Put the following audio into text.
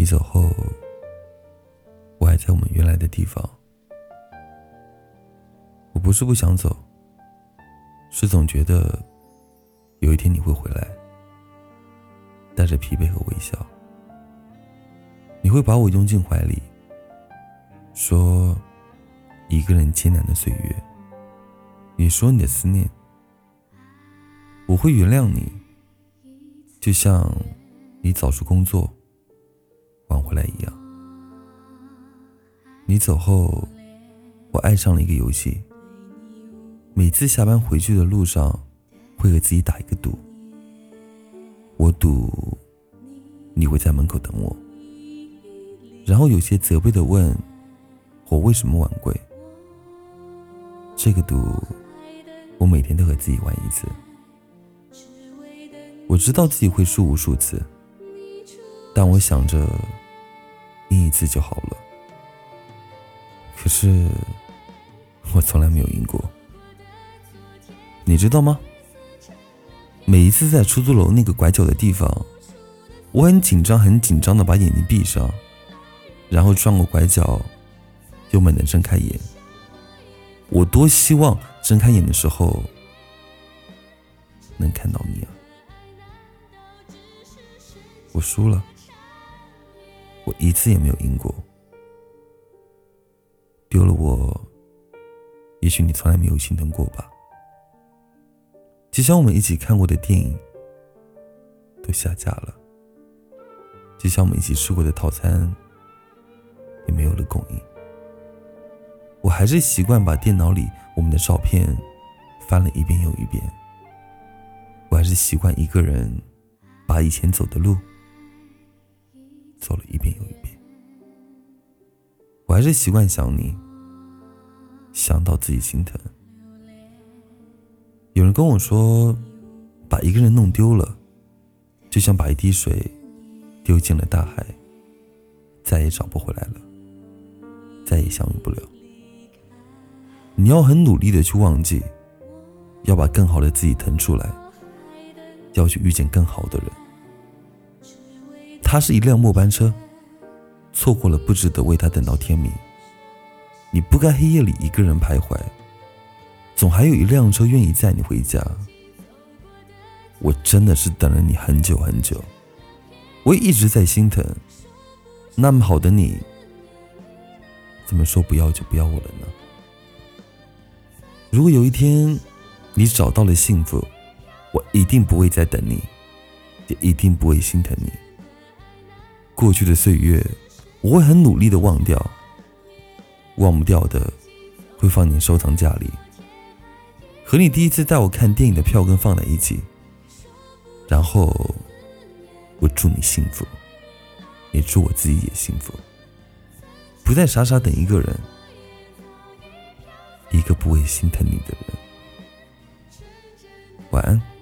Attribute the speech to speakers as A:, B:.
A: 你走后，我还在我们原来的地方。我不是不想走，是总觉得有一天你会回来，带着疲惫和微笑。你会把我拥进怀里，说一个人艰难的岁月，你说你的思念，我会原谅你，就像你早出工作晚回来一样。你走后，我爱上了一个游戏，每次下班回去的路上会和自己打一个赌，我赌你会在门口等我，然后有些责备地问我为什么晚归。这个赌我每天都和自己玩一次，我知道自己会输无数次，但我想着赢一次就好了。可是我从来没有赢过，你知道吗？每一次在出租楼那个拐角的地方，我很紧张地把眼睛闭上，然后转过拐角，又猛地睁开眼。我多希望睁开眼的时候能看到你啊！我输了，我一次也没有赢过。丢了我，也许你从来没有心疼过吧。就像我们一起看过的电影都下架了，就像我们一起吃过的套餐也没有了供应。我还是习惯把电脑里我们的照片翻了一遍又一遍，我还是习惯一个人把以前走的路走了一遍又一遍，我还是习惯想你，想到自己心疼。有人跟我说，把一个人弄丢了，就像把一滴水丢进了大海，再也找不回来了，再也相遇不了。你要很努力的去忘记，要把更好的自己腾出来，要去遇见更好的人。他是一辆末班车，错过了不值得为他等到天明。你不该黑夜里一个人徘徊，总还有一辆车愿意载你回家。我真的是等了你很久很久，我也一直在心疼。那么好的你，怎么说不要就不要我了呢？如果有一天你找到了幸福，我一定不会再等你，也一定不会心疼你。过去的岁月我会很努力的忘掉，忘不掉的会放进收藏架里，和你第一次带我看电影的票根放在一起。然后我祝你幸福，也祝我自己也幸福，不再傻傻等一个人，一个不会心疼你的人。晚安。